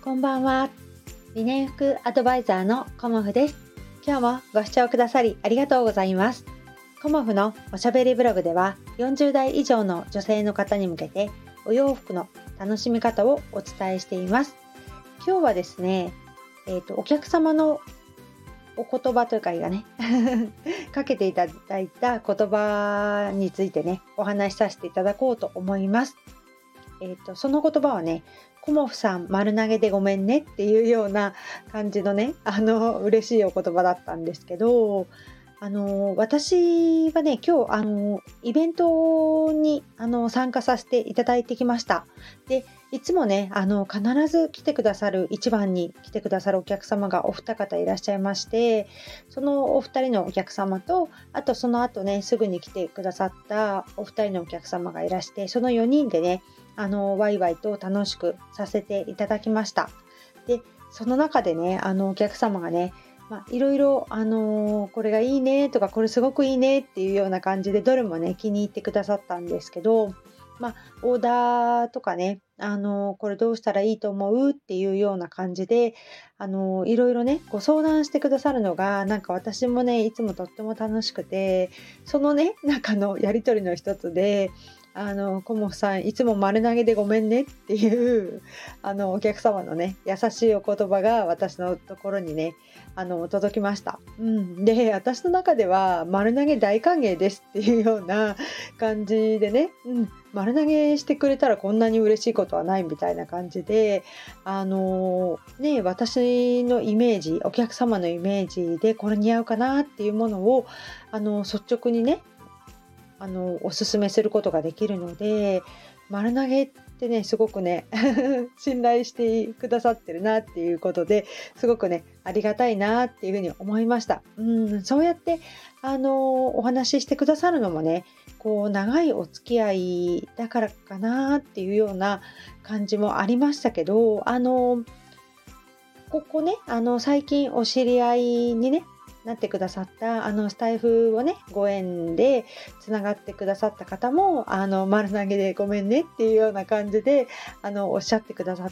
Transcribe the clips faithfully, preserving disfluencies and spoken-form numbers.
こんばんは。理念服アドバイザーのコモフです。今日もご視聴くださりありがとうございます。コモフのおしゃべりブログではよんじゅう代以上の女性の方に向けてお洋服の楽しみ方をお伝えしています。今日はですね、えーと、お客様のお言葉というかがねかけていただいた言葉についてねお話しさせていただこうと思います。えーと、その言葉はね、コモフさん丸投げでごめんねっていうような感じのね、あの嬉しいお言葉だったんですけど、あの私はね、今日あのイベントにあの参加させていただいてきました。で、いつもね、あの必ず来てくださる一番に来てくださるお客様がお二方いらっしゃいまして、そのお二人のお客様と、あとその後ね、すぐに来てくださったお二人のお客様がいらして、そのよにんでね、あのワイワイと楽しくさせていただきました。で、その中でね、あのお客様がね、まあ、いろいろ、あのーこれがいいねとかこれすごくいいねっていうような感じでどれもね気に入ってくださったんですけど、まあ、オーダーとかね、あのーこれどうしたらいいと思うっていうような感じで、あのーいろいろねご相談してくださるのがなんか私もねいつもとっても楽しくて、そのね中のやり取りの一つで、あのコモフさんいつも丸投げでごめんねっていうあのお客様のね優しいお言葉が私のところにねあの届きました。うん、で、私の中では丸投げ大歓迎ですっていうような感じでね、うん、丸投げしてくれたらこんなに嬉しいことはないみたいな感じで、あのね、私のイメージ、お客様のイメージでこれ似合うかなっていうものをあの率直にねあのおすすめすることができるので、丸投げってねすごくね信頼してくださってるなっていうことですごくねありがたいなっていうふうに思いました。うん、そうやってあのお話ししてくださるのもね、こう長いお付き合いだからかなっていうような感じもありましたけど、あのここね、あの最近お知り合いにねなってくださったあのスタイフをねご縁でつながってくださった方もあの丸投げでごめんねっていうような感じであのおっしゃってくださって、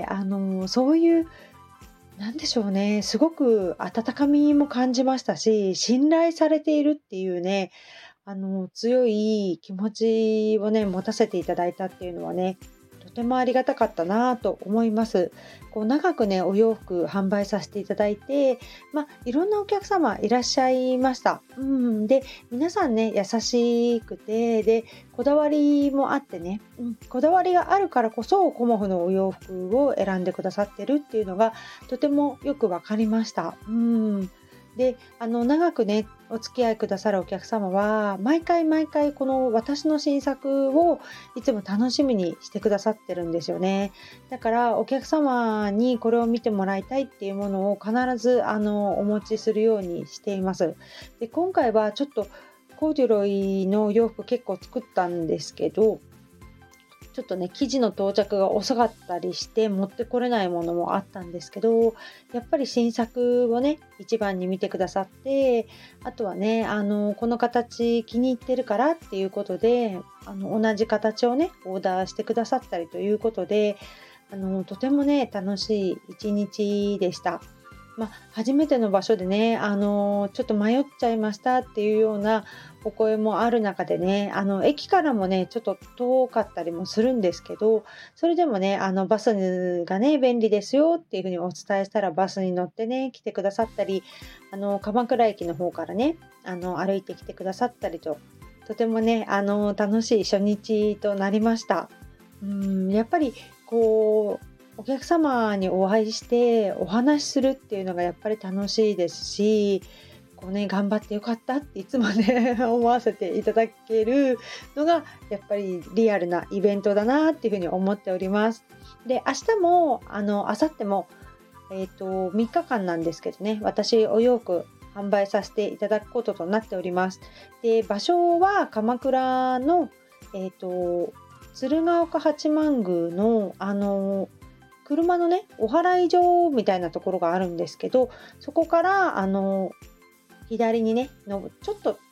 あのそういうなんでしょうね、すごく温かみも感じましたし、信頼されているっていうね、あの強い気持ちをね持たせていただいたっていうのはねとてもありがたかったなと思います。こう長くねお洋服販売させていただいて、まあ、いろんなお客様いらっしゃいました。うん、で皆さんね優しくて、でこだわりもあってね、うん、こだわりがあるからこそコモフのお洋服を選んでくださってるっていうのがとてもよくわかりました。うんで、あの長くねお付き合いくださるお客様は毎回毎回この私の新作をいつも楽しみにしてくださってるんですよね。だからお客様にこれを見てもらいたいっていうものを必ずあのお持ちするようにしています。で、今回はちょっとコーデュロイの洋服結構作ったんですけど、ちょっとね生地の到着が遅かったりして持ってこれないものもあったんですけど、やっぱり新作をね一番に見てくださって、あとはねあのこの形気に入ってるからっていうことであの同じ形をねオーダーしてくださったりということで、あのとてもね楽しい一日でした。まあ、初めての場所でね、あのちょっと迷っちゃいましたっていうようなお声もある中でね、あの駅からもねちょっと遠かったりもするんですけど、それでもねあのバスがね便利ですよっていうふうにお伝えしたらバスに乗ってね来てくださったり、あの鎌倉駅の方からねあの歩いてきてくださったりと、とてもねあの楽しい初日となりました。うん、やっぱりこうお客様にお会いしてお話しするっていうのがやっぱり楽しいですし、こうね頑張ってよかったっていつもね思わせていただけるのがやっぱりリアルなイベントだなっていうふうに思っております。で、明日もあの明後日もえっとみっかかんなんですけどね、私お洋服販売させていただくこととなっております。で、場所は鎌倉のえっと鶴岡八幡宮のあの車のねお祓い所みたいなところがあるんですけど、そこからあの左にねのちょっと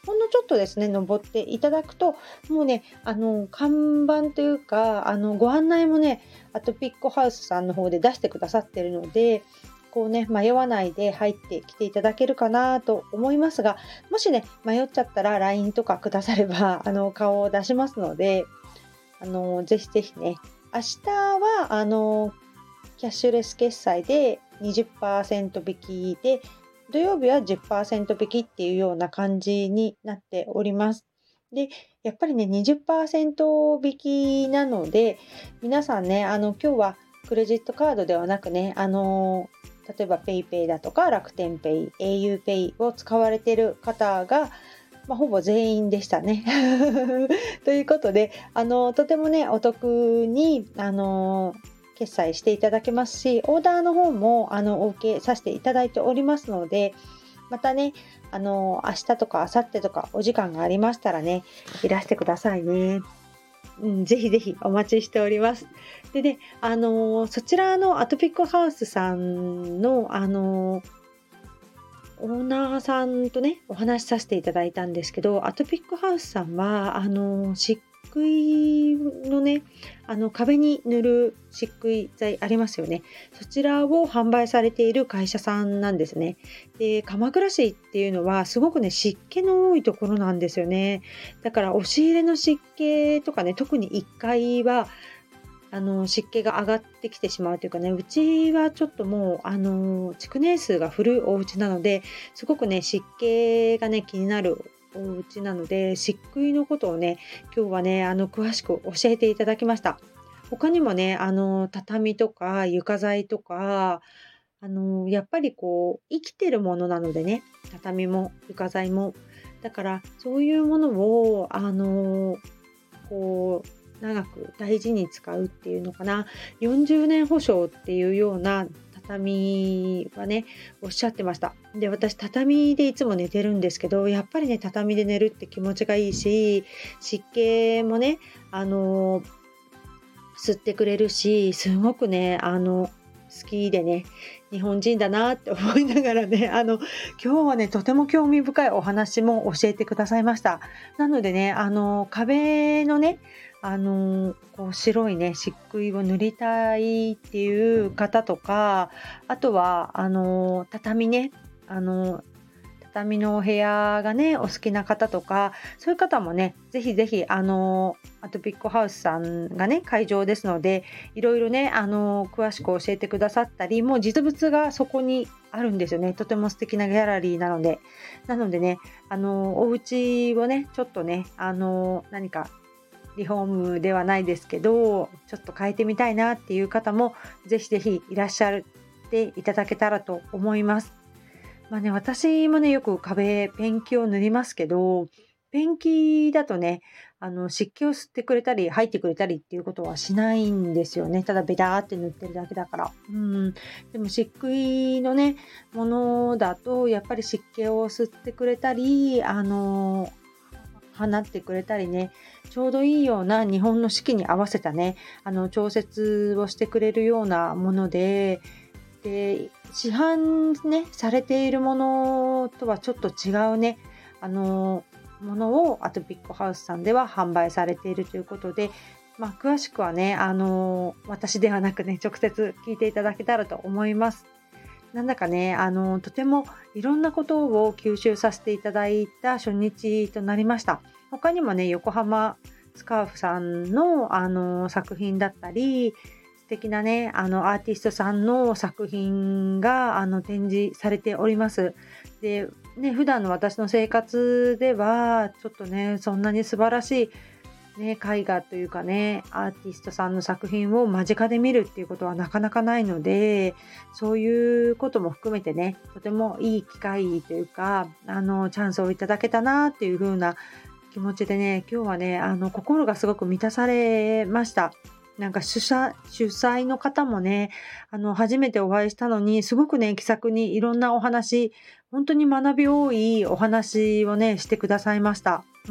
ほんのちょっとですね登っていただくと、もうねあの看板というかあのご案内もねアトピックハウスさんの方で出してくださってるので、こうね迷わないで入ってきていただけるかなと思いますが、もしね迷っちゃったら ライン とかくださればあの顔を出しますので、あのぜひぜひね、明日はあのキャッシュレス決済で にじゅっパーセント 引きで、土曜日は じゅっパーセント 引きっていうような感じになっております。で、やっぱりね にじゅっパーセント 引きなので、皆さんねあの今日はクレジットカードではなくね、あの例えば PayPay だとか楽天ペイ、auPay を使われている方が、まあ、ほぼ全員でしたね。ということで、あのとてもねお得にあの決済していただけますし、オーダーの方もあのお受けさせていただいておりますので、またねあの明日とか明後日とかお時間がありましたらねいらしてくださいね。うん、ぜひぜひお待ちしております。でね、あのそちらのアトピックハウスさんのあのオーナーさんとねお話しさせていただいたんですけど、アトピックハウスさんはあの漆喰のねあの壁に塗る漆喰剤ありますよね。そちらを販売されている会社さんなんですね。で、鎌倉市っていうのはすごくね湿気の多いところなんですよね。だから押し入れの湿気とかね、特にいっかいはあの湿気が上がってきてしまうというかね、うちはちょっともうあの築年数が古いお家なので、すごくね湿気がね気になるお家なので、漆喰のことをね今日はねあの詳しく教えていただきました。他にもねあの畳とか床材とか、あのやっぱりこう生きてるものなのでね、畳も床材も、だからそういうものをあのこう長く大事に使うっていうのかな、よんじゅうねん保証っていうような畳はねおっしゃってました。で、私畳でいつも寝てるんですけど、やっぱりね畳で寝るって気持ちがいいし、湿気もねあの吸ってくれるし、すごくねあの好きでね、日本人だなって思いながらね、あの今日はねとても興味深いお話も教えてくださいました。なのでね、あの壁のねあのこう白いね漆喰を塗りたいっていう方とか、あとはあの畳ね、あの畳のお部屋がねお好きな方とか、そういう方もねぜひぜひあのアトピックハウスさんがね会場ですので、いろいろねあの詳しく教えてくださったり、もう実物がそこにあるんですよね。とても素敵なギャラリーなので、なのでねあのお家をねちょっとねあの何かリフォームではないですけどちょっと変えてみたいなっていう方もぜひぜひいらっしゃっていただけたらと思います。まあね、私もねよく壁ペンキを塗りますけど、ペンキだとねあの湿気を吸ってくれたり入ってくれたりっていうことはしないんですよね。ただベターって塗ってるだけだから。うん、でも漆喰のねものだとやっぱり湿気を吸ってくれたり、あの放ってくれたりね、ちょうどいいような日本の四季に合わせたねあの調節をしてくれるようなもので、で市販ねされているものとはちょっと違うねあのものをアトピックハウスさんでは販売されているということで、まあ、詳しくはねあの私ではなくね直接聞いていただけたらと思います。なんだかねあのとてもいろんなことを吸収させていただいた初日となりました。他にもね横浜スカーフさんのあの作品だったり、素敵なねあのアーティストさんの作品があの展示されております。でね、普段の私の生活ではちょっとねそんなに素晴らしい、ね、絵画というかねアーティストさんの作品を間近で見るっていうことはなかなかないので、そういうことも含めてねとてもいい機会というかあのチャンスをいただけたなっていう風な気持ちでね、今日はねあの心がすごく満たされました。なんか主催、主催の方もね、あの、初めてお会いしたのに、すごくね、気さくにいろんなお話、本当に学び多いお話をね、してくださいました。うん。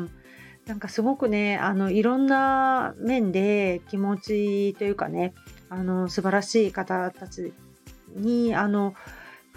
なんかすごくね、あの、いろんな面で気持ちというかね、あの、素晴らしい方たちに、あの、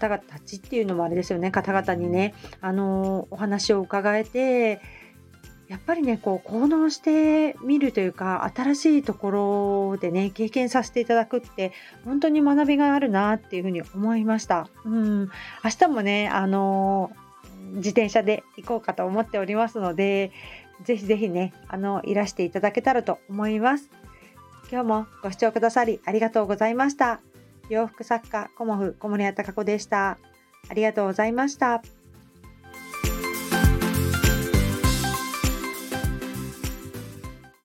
方々たちっていうのもあれですよね、方々にね、あの、お話を伺えて、やっぱりね、こう行動してみるというか、新しいところでね、経験させていただくって、本当に学びがあるなっていうふうに思いました。うん。明日もね、あの、自転車で行こうかと思っておりますので、ぜひぜひね、あの、いらしていただけたらと思います。今日もご視聴くださりありがとうございました。洋服作家コモフ小森屋隆子でした。ありがとうございました。